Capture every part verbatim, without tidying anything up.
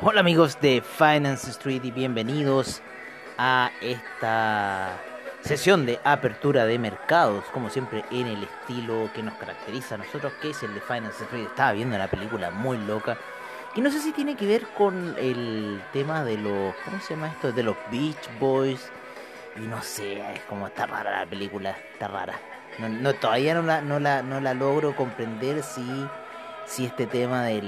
Hola amigos de Finance Street y bienvenidos a esta sesión de apertura de mercados, como siempre en el estilo que nos caracteriza a nosotros, que es el de Finance Street. Estaba viendo una película muy loca y no sé si tiene que ver con el tema de los, ¿cómo se llama esto? De los Beach Boys. Y no sé, es como está rara la película, está rara. No, no, todavía no la, no la, no la logro comprender si, si este tema del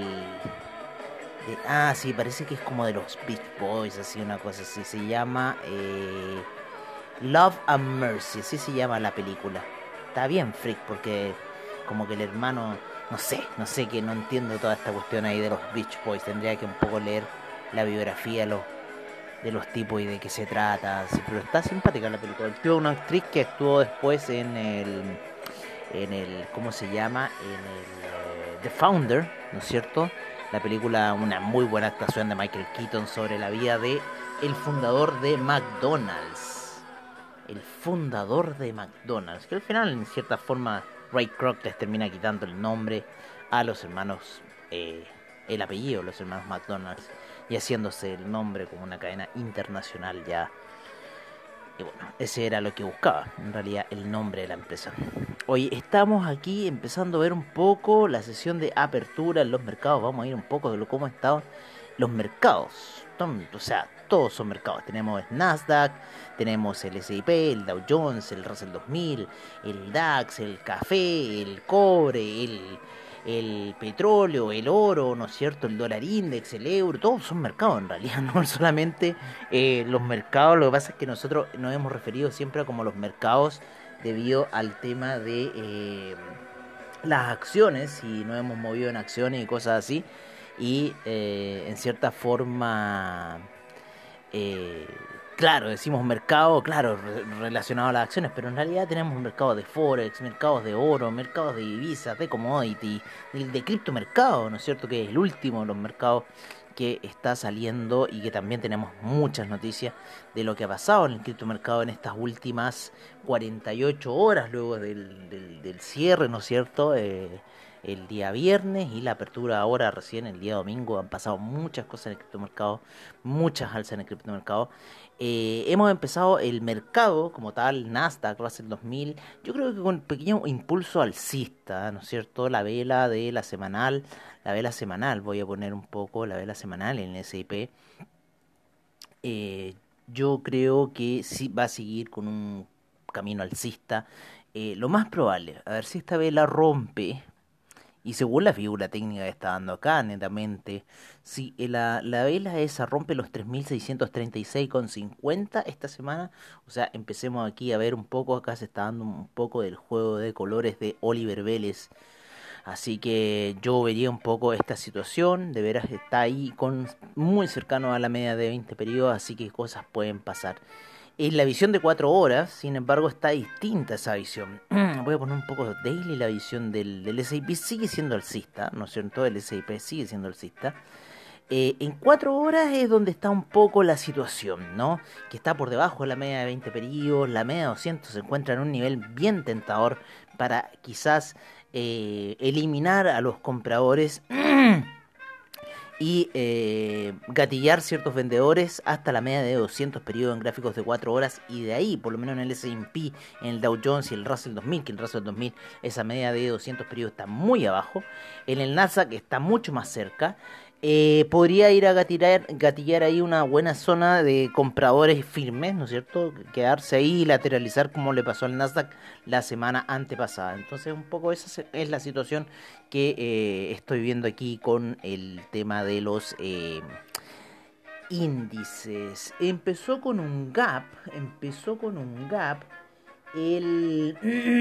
de- ah, sí, parece que es como de los Beach Boys, así, una cosa así. Se llama eh, Love and Mercy, así se llama la película. Está bien freak, porque como que el hermano, no sé, no sé, que no entiendo toda esta cuestión ahí de los Beach Boys. Tendría que un poco leer la biografía de los, de los tipos y de qué se trata. Sí, pero está simpática la película. Actúa una actriz que actuó después en el, en el, ¿cómo se llama? En el eh, The Founder, ¿no es cierto? La película, una muy buena actuación de Michael Keaton sobre la vida de el fundador de McDonald's. El fundador de McDonald's, que al final, en cierta forma, Ray Kroc les termina quitando el nombre a los hermanos, eh, el apellido, los hermanos McDonald's, y haciéndose el nombre como una cadena internacional ya. Y bueno, ese era lo que buscaba, en realidad, el nombre de la empresa. Hoy estamos aquí empezando a ver un poco la sesión de apertura en los mercados. Vamos a ir un poco de lo cómo han estado los mercados. O sea, todos son mercados. Tenemos Nasdaq, tenemos el S and P, el Dow Jones, el Russell dos mil, el DAX, el café, el cobre, el, el petróleo, el oro, ¿no es cierto? El dólar index, el euro, todos son mercados en realidad, no solamente eh, los mercados. Lo que pasa es que nosotros nos hemos referido siempre a como los mercados debido al tema de eh, las acciones, y nos hemos movido en acciones y cosas así, y eh, en cierta forma, eh, claro, decimos mercado, claro, re- relacionado a las acciones, pero en realidad tenemos un mercado de forex, mercados de oro, mercados de divisas, de commodity, el de criptomercado, ¿no es cierto? Que es el último de los mercados que está saliendo, y que también tenemos muchas noticias de lo que ha pasado en el criptomercado en estas últimas cuarenta y ocho horas luego del, del, del cierre, ¿no es cierto? Eh, el día viernes y la apertura ahora recién el día domingo. Han pasado muchas cosas en el criptomercado, muchas alzas en el criptomercado. Eh, hemos empezado el mercado como tal, Nasdaq, Russell dos mil, yo creo que con un pequeño impulso alcista, ¿no es cierto? La vela de la semanal, la vela semanal, voy a poner un poco la vela semanal en el S and P. Eh, yo creo que sí va a seguir con un camino alcista. Eh, lo más probable, a ver si esta vela rompe. Y según la figura técnica que está dando acá, netamente, si eh, la, la vela esa rompe los tres mil seiscientos treinta y seis con cincuenta esta semana, o sea, empecemos aquí a ver un poco, acá se está dando un poco del juego de colores de Oliver Vélez. Así que yo vería un poco esta situación, de veras está ahí con muy cercano a la media de veinte periodos, así que cosas pueden pasar. En la visión de cuatro horas, sin embargo, está distinta esa visión. Voy a poner un poco de daily. La visión del, del S and P sigue siendo alcista, ¿no es cierto? El S and P sigue siendo alcista. Eh, en cuatro horas es donde está un poco la situación, ¿no? Que está por debajo de la media de veinte periodos. La media de doscientos se encuentra en un nivel bien tentador para quizás eh, eliminar a los compradores y eh, gatillar ciertos vendedores hasta la media de doscientos periodos en gráficos de cuatro horas, y de ahí, por lo menos en el S and P, en el Dow Jones y el Russell dos mil, que el Russell dos mil, esa media de doscientos periodos está muy abajo. En el Nasdaq está mucho más cerca. Eh, podría ir a gatillar, gatillar ahí una buena zona de compradores firmes, ¿no es cierto? Quedarse ahí y lateralizar como le pasó al Nasdaq la semana antepasada. Entonces, un poco esa es la situación que eh, estoy viendo aquí con el tema de los eh, índices. Empezó con un gap, empezó con un gap el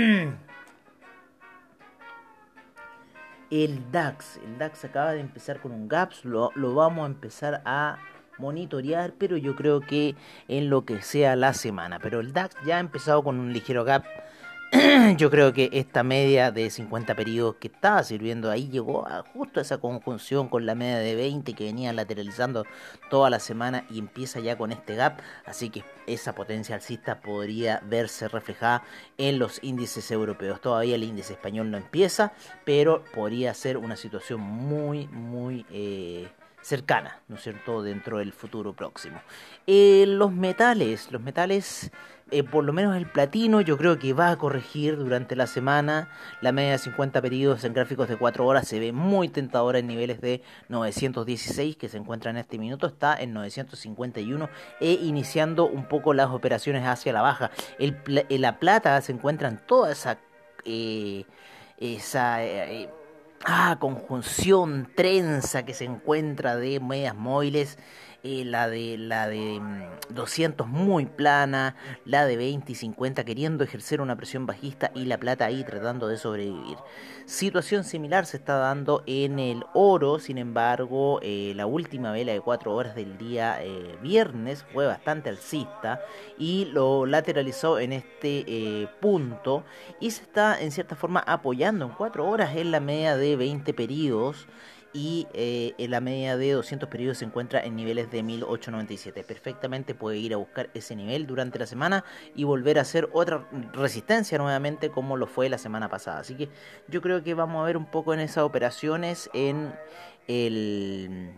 el DAX. El DAX acaba de empezar con un gap, lo, lo vamos a empezar a monitorear, pero yo creo que en lo que sea la semana. Pero el DAX ya ha empezado con un ligero gap. Yo creo que esta media de cincuenta periodos que estaba sirviendo ahí llegó a justo esa conjunción con la media de veinte que venía lateralizando toda la semana, y empieza ya con este gap. Así que esa potencia alcista podría verse reflejada en los índices europeos. Todavía el índice español no empieza, pero podría ser una situación muy, muy eh, cercana, ¿no es cierto?, dentro del futuro próximo. Eh, los metales, los metales, eh, por lo menos el platino, yo creo que va a corregir durante la semana. La media de cincuenta periodos en gráficos de cuatro horas se ve muy tentadora en niveles de novecientos dieciséis, que se encuentra en este minuto, está en novecientos cincuenta y uno e iniciando un poco las operaciones hacia la baja. El, pla- eh, la plata se encuentra en toda esa... eh, esa eh, eh, ah, conjunción, trenza que se encuentra de medias móviles, eh, la de la de mm, doscientos muy plana, la de veinte y cincuenta queriendo ejercer una presión bajista y la plata ahí tratando de sobrevivir. Situación similar se está dando en el oro, sin embargo, eh, la última vela de cuatro horas del día eh, viernes fue bastante alcista y lo lateralizó en este eh, punto y se está en cierta forma apoyando en cuatro horas en la media de veinte periodos y eh, en la media de doscientos periodos se encuentra en niveles de mil ochocientos noventa y siete. Perfectamente puede ir a buscar ese nivel durante la semana y volver a hacer otra resistencia nuevamente como lo fue la semana pasada. Así que yo creo que vamos a ver un poco en esas operaciones en el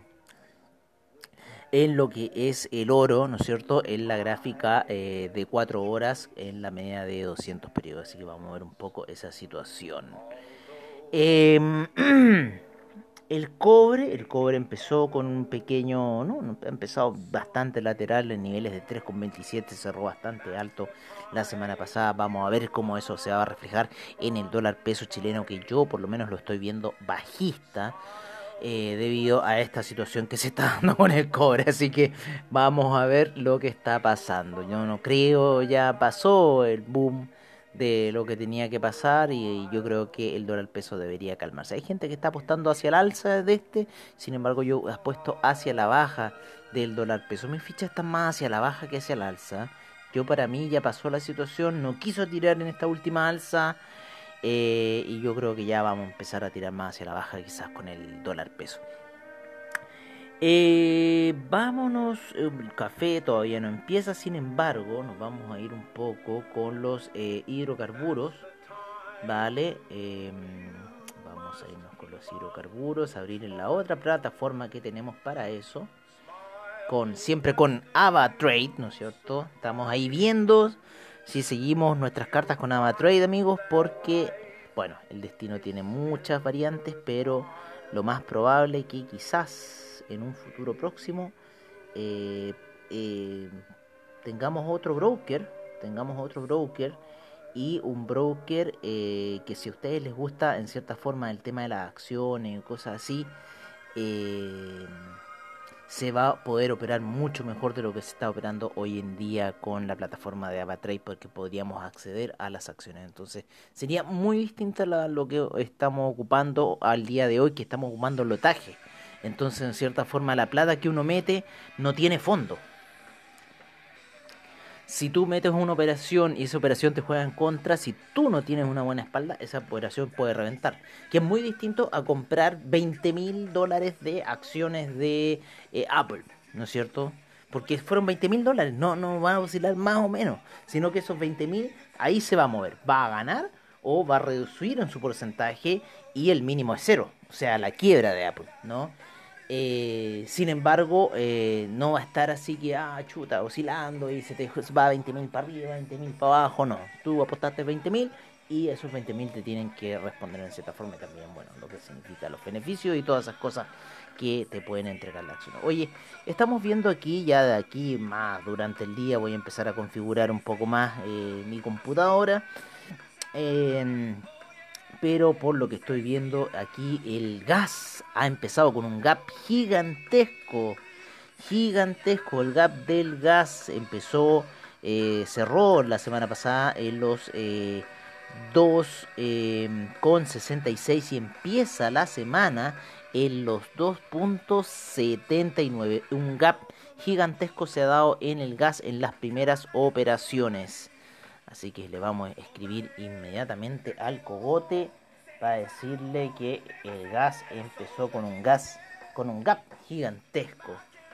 en lo que es el oro, ¿no es cierto?, en la gráfica eh, de cuatro horas en la media de doscientos periodos. Así que vamos a ver un poco esa situación. Eh, el cobre, el cobre empezó con un pequeño, no, no, ha empezado bastante lateral en niveles de tres coma veintisiete, cerró bastante alto la semana pasada. Vamos a ver cómo eso se va a reflejar en el dólar peso chileno, que yo por lo menos lo estoy viendo bajista. Eh, debido a esta situación que se está dando con el cobre, así que vamos a ver lo que está pasando. Yo no creo, ya pasó el boom de lo que tenía que pasar y yo creo que el dólar peso debería calmarse. Hay gente que está apostando hacia el alza de este, sin embargo yo apuesto hacia la baja del dólar peso. Mis fichas están más hacia la baja que hacia el alza. Yo, para mí, ya pasó la situación, no quiso tirar en esta última alza. Eh, y yo creo que ya vamos a empezar a tirar más hacia la baja, quizás con el dólar peso. Eh, vámonos, eh, el café todavía no empieza, sin embargo, nos vamos a ir un poco con los eh, hidrocarburos, ¿vale? Eh, vamos a irnos con los hidrocarburos, abrir en la otra plataforma que tenemos para eso, con siempre con AvaTrade, ¿no es cierto? Estamos ahí viendo si seguimos nuestras cartas con AvaTrade, amigos, porque, bueno, el destino tiene muchas variantes, pero lo más probable es que quizás en un futuro próximo eh, eh, tengamos otro broker, tengamos otro broker y un broker eh, que, si a ustedes les gusta en cierta forma el tema de las acciones y cosas así, eh, se va a poder operar mucho mejor de lo que se está operando hoy en día con la plataforma de AvaTrade, porque podríamos acceder a las acciones. Entonces sería muy distinta la, lo que estamos ocupando al día de hoy, que estamos ocupando lotaje. Entonces, en cierta forma, la plata que uno mete no tiene fondo. Si tú metes una operación y esa operación te juega en contra, si tú no tienes una buena espalda, esa operación puede reventar. Que es muy distinto a comprar veinte mil dólares de acciones de eh, Apple, ¿no es cierto? Porque fueron veinte mil dólares, no, no va a oscilar más o menos, sino que esos veinte mil ahí se va a mover, va a ganar o va a reducir en su porcentaje y el mínimo es cero, o sea, la quiebra de Apple, ¿no? Eh, sin embargo, eh, no va a estar así que, ah, chuta, oscilando y se te va veinte mil para arriba, veinte mil para abajo. No, tú apostaste veinte mil y esos veinte mil te tienen que responder en cierta forma y también, bueno, lo que significa los beneficios y todas esas cosas que te pueden entregar la acción. Oye, estamos viendo aquí, ya de aquí más durante el día, voy a empezar a configurar un poco más eh, mi computadora. Eh, pero por lo que estoy viendo aquí, el gas ha empezado con un gap gigantesco, gigantesco. El gap del gas empezó, eh, cerró la semana pasada en los eh, dos con sesenta y seis y empieza la semana en los dos punto setenta y nueve. Un gap gigantesco se ha dado en el gas en las primeras operaciones. Así que le vamos a escribir inmediatamente al cogote para decirle que el gas empezó con un gas, con un gap gigantesco.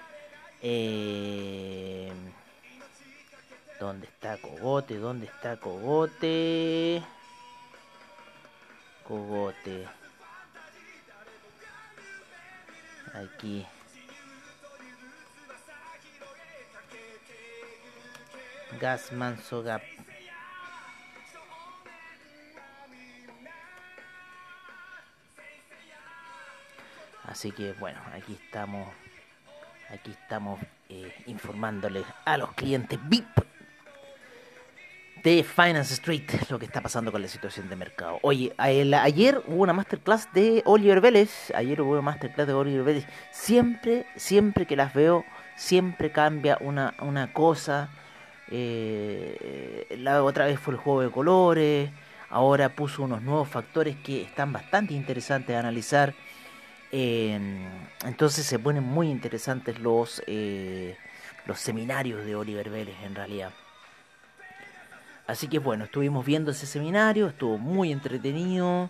Eh, ¿Dónde está cogote? ¿Dónde está cogote? Cogote. Aquí. Gas Manso Gap. Así que bueno, aquí estamos, aquí estamos eh, informándoles a los clientes V I P de Finance Street lo que está pasando con la situación de mercado. Oye, el, ayer hubo una masterclass de Oliver Vélez, ayer hubo una masterclass de Oliver Vélez. Siempre, siempre que las veo, siempre cambia una, una cosa. Eh, la otra vez fue el juego de colores, ahora puso unos nuevos factores que están bastante interesantes de analizar. Eh, entonces se ponen muy interesantes los, eh, los seminarios de Oliver Vélez en realidad. Así que bueno, estuvimos viendo ese seminario, estuvo muy entretenido.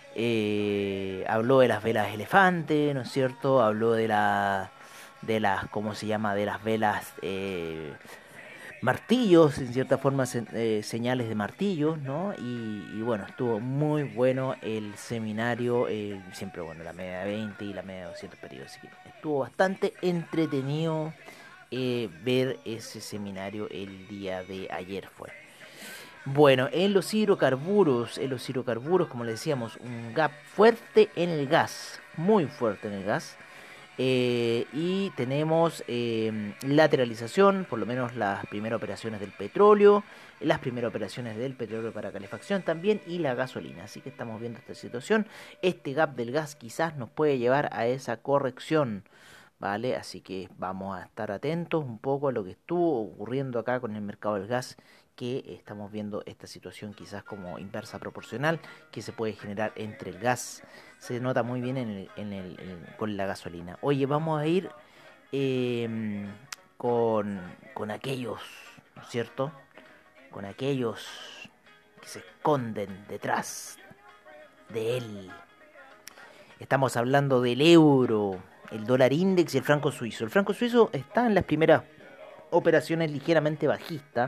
Eh, habló de las velas elefante, ¿no es cierto? Habló de la, de las, ¿cómo se llama? De las velas eh, martillos, en cierta forma se- eh, señales de martillos, ¿no? Y, y bueno, estuvo muy bueno el seminario, eh, siempre bueno, la media de veinte y la media de doscientos periodos, así que estuvo bastante entretenido eh, ver ese seminario el día de ayer fue. Bueno, en los hidrocarburos, en los hidrocarburos, como le decíamos, un gap fuerte en el gas, muy fuerte en el gas. Eh, y tenemos eh, lateralización, por lo menos las primeras operaciones del petróleo, las primeras operaciones del petróleo para calefacción también y la gasolina. Así que estamos viendo esta situación. Este gap del gas quizás nos puede llevar a esa corrección, ¿vale? Así que vamos a estar atentos un poco a lo que estuvo ocurriendo acá con el mercado del gas, que estamos viendo esta situación quizás como inversa proporcional que se puede generar entre el gas. Se nota muy bien en el, en el, en- con la gasolina. Oye, vamos a ir em, con, con aquellos, ¿no es cierto? Con aquellos que se esconden detrás de él. Estamos hablando del euro, el dólar index y el franco suizo. El franco suizo está en las primeras operaciones ligeramente bajista.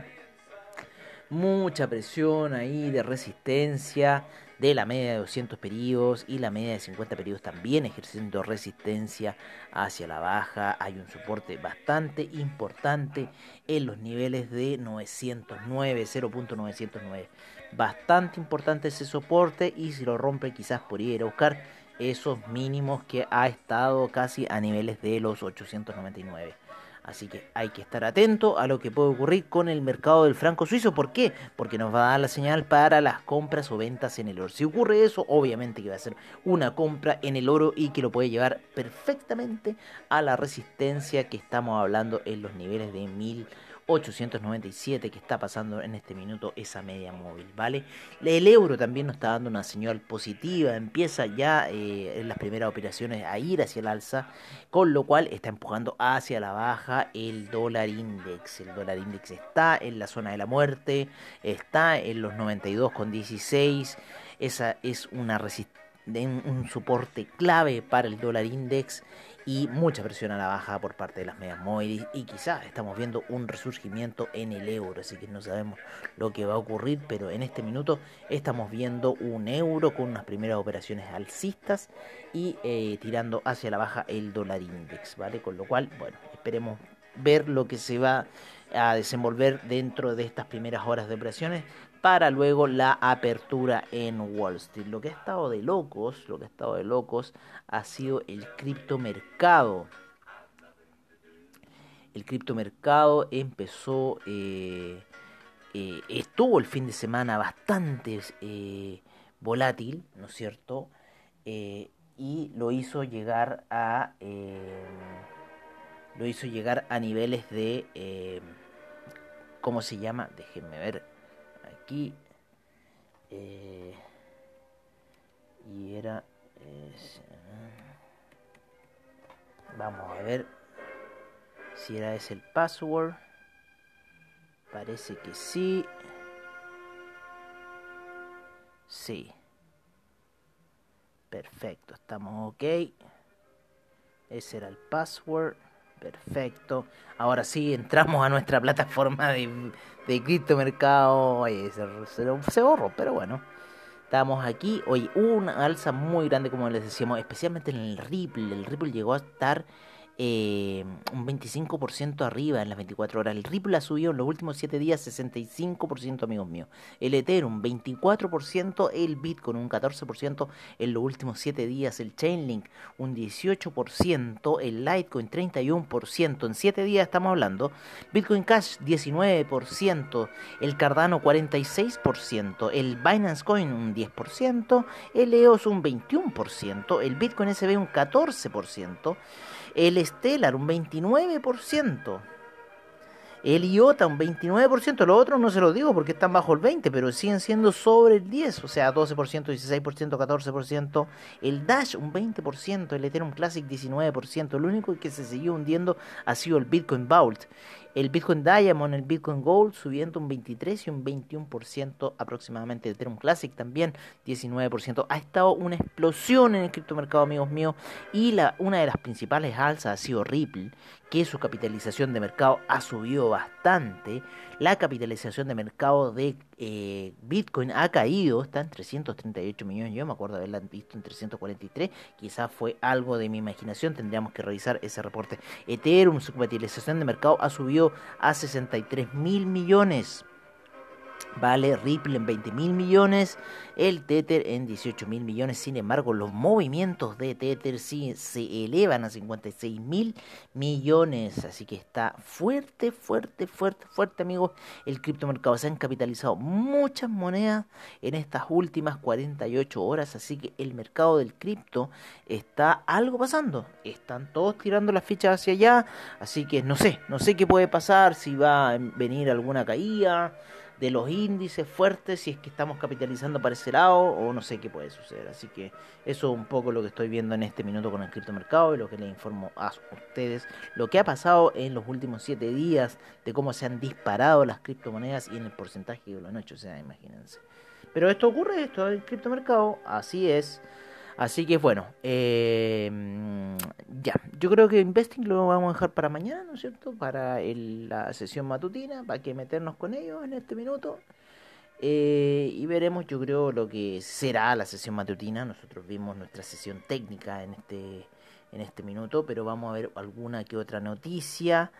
Mucha presión ahí de resistencia de la media de doscientos periodos y la media de cincuenta periodos también ejerciendo resistencia hacia la baja. Hay un soporte bastante importante en los niveles de novecientos nueve, cero punto novecientos nueve. Bastante importante ese soporte y si lo rompe quizás podría ir a buscar esos mínimos que ha estado casi a niveles de los ochocientos noventa y nueve. Así que hay que estar atento a lo que puede ocurrir con el mercado del franco suizo. ¿Por qué? Porque nos va a dar la señal para las compras o ventas en el oro. Si ocurre eso, obviamente que va a ser una compra en el oro y que lo puede llevar perfectamente a la resistencia que estamos hablando en los niveles de mil ochocientos noventa y siete que está pasando en este minuto esa media móvil, ¿vale? El euro también nos está dando una señal positiva, empieza ya eh, en las primeras operaciones a ir hacia el alza, con lo cual está empujando hacia la baja el dólar index. El dólar index está en la zona de la muerte, está en los noventa y dos con dieciséis. Esa es una resistencia, un soporte clave para el dólar index y mucha presión a la baja por parte de las medias móviles y quizás estamos viendo un resurgimiento en el euro, así que no sabemos lo que va a ocurrir, pero en este minuto estamos viendo un euro con unas primeras operaciones alcistas y eh, tirando hacia la baja el dólar index, ¿vale? Con lo cual, bueno, esperemos ver lo que se va a desenvolver dentro de estas primeras horas de operaciones para luego la apertura en Wall Street. Lo que ha estado de locos, lo que ha estado de locos ha sido el criptomercado. El criptomercado empezó, eh, eh, estuvo el fin de semana bastante eh, volátil, ¿no es cierto? Eh, y lo hizo llegar a eh, lo hizo llegar a niveles de eh, ¿cómo se llama? Déjenme ver aquí. Eh, y era eh, vamos a ver si era ese el password. Parece que sí. Sí. Perfecto, estamos ok. Ese era el password. Perfecto. Ahora sí, entramos a nuestra plataforma de, de criptomercado. Oye, se, se, se borró, pero bueno. Estamos aquí. Oye, hubo una alza muy grande, como les decíamos, especialmente en el Ripple. El Ripple llegó a estar eh, un veinticinco por ciento arriba en las veinticuatro horas. El Ripple ha subido en los últimos siete días sesenta y cinco por ciento, amigos míos. El Ethereum veinticuatro por ciento, el Bitcoin un catorce por ciento en los últimos siete días. El Chainlink un dieciocho por ciento, el Litecoin treinta y uno por ciento. En siete días estamos hablando. Bitcoin Cash diecinueve por ciento, el Cardano cuarenta y seis por ciento, el Binance Coin un diez por ciento, el E O S un veintiuno por ciento, el Bitcoin S B un catorce por ciento, el Stellar un veintinueve por ciento, el I O T A un veintinueve por ciento, los otros no se los digo porque están bajo el veinte por ciento, pero siguen siendo sobre el diez por ciento, o sea, doce por ciento, dieciséis por ciento, catorce por ciento, el Dash un veinte por ciento, el Ethereum Classic diecinueve por ciento, lo único que se siguió hundiendo ha sido el Bitcoin Vault. El Bitcoin Diamond, el Bitcoin Gold subiendo un veintitrés y un veintiuno por ciento aproximadamente. El Ethereum Classic también diecinueve por ciento. Ha estado una explosión en el criptomercado, amigos míos. Y la, una de las principales alzas ha sido Ripple, que su capitalización de mercado ha subido bastante. La capitalización de mercado de eh, Bitcoin ha caído, está en trescientos treinta y ocho millones. Yo me acuerdo de haberla visto en trescientos cuarenta y tres. Quizás fue algo de mi imaginación, tendríamos que revisar ese reporte. Ethereum, su capitalización de mercado ha subido a sesenta y tres mil millones. Vale, Ripple en veinte mil millones, el Tether en dieciocho mil millones. Sin embargo, los movimientos de Tether sí se elevan a cincuenta y seis mil millones. Así que está fuerte, fuerte, fuerte, fuerte, amigos. El criptomercado, se han capitalizado muchas monedas en estas últimas cuarenta y ocho horas. Así que el mercado del cripto está algo pasando. Están todos tirando las fichas hacia allá. Así que no sé, no sé qué puede pasar, si va a venir alguna caída de los índices fuertes, si es que estamos capitalizando para ese lado, o no sé qué puede suceder. Así que eso es un poco lo que estoy viendo en este minuto con el criptomercado y lo que les informo a ustedes, lo que ha pasado en los últimos siete días, de cómo se han disparado las criptomonedas y en el porcentaje que lo han hecho, o sea, imagínense. Pero esto ocurre, esto el criptomercado, así es. Así que bueno, eh, ya, yo creo que Investing lo vamos a dejar para mañana, ¿no es cierto? Para el, la sesión matutina, para que meternos con ellos en este minuto. Eh, y veremos, yo creo, lo que será la sesión matutina. Nosotros vimos nuestra sesión técnica en este, en este minuto, pero vamos a ver alguna que otra noticia.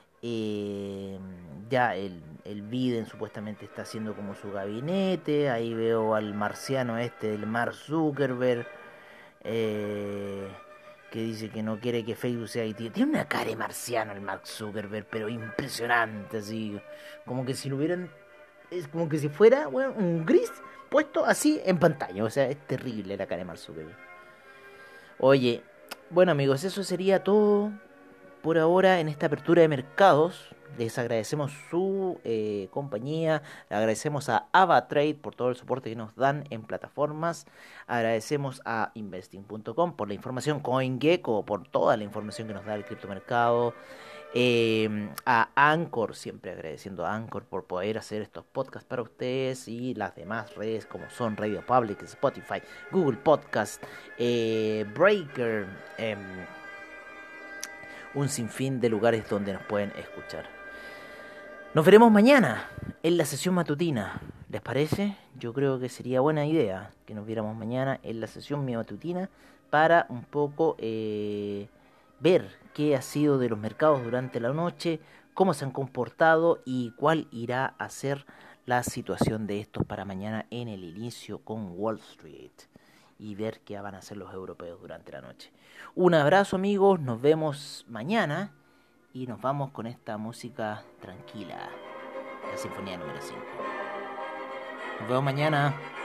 Eh, ya el, el Biden supuestamente está haciendo como su gabinete. Ahí veo al marciano este, el Mark Zuckerberg. Eh, que dice que no quiere que Facebook sea Haití. Tiene una cara de marciano el Mark Zuckerberg, pero impresionante, así como que si lo hubieran, es como que si fuera, bueno, un gris puesto así en pantalla. O sea, es terrible la cara de Mark Zuckerberg. Oye, bueno, amigos, eso sería todo por ahora en esta apertura de mercados. Les agradecemos su eh, compañía, le agradecemos a AvaTrade por todo el soporte que nos dan en plataformas, agradecemos a investing punto com por la información, CoinGecko por toda la información que nos da el criptomercado, eh, a Anchor, siempre agradeciendo a Anchor por poder hacer estos podcasts para ustedes, y las demás redes como son Radio Public, Spotify, Google Podcast, eh, Breaker, eh, un sinfín de lugares donde nos pueden escuchar. Nos veremos mañana en la sesión matutina. ¿Les parece? Yo creo que sería buena idea que nos viéramos mañana en la sesión matutina para un poco eh, ver qué ha sido de los mercados durante la noche, cómo se han comportado y cuál irá a ser la situación de estos para mañana en el inicio con Wall Street, y ver qué van a hacer los europeos durante la noche. Un abrazo, amigos, nos vemos mañana y nos vamos con esta música tranquila, la Sinfonía número cinco. Nos vemos mañana.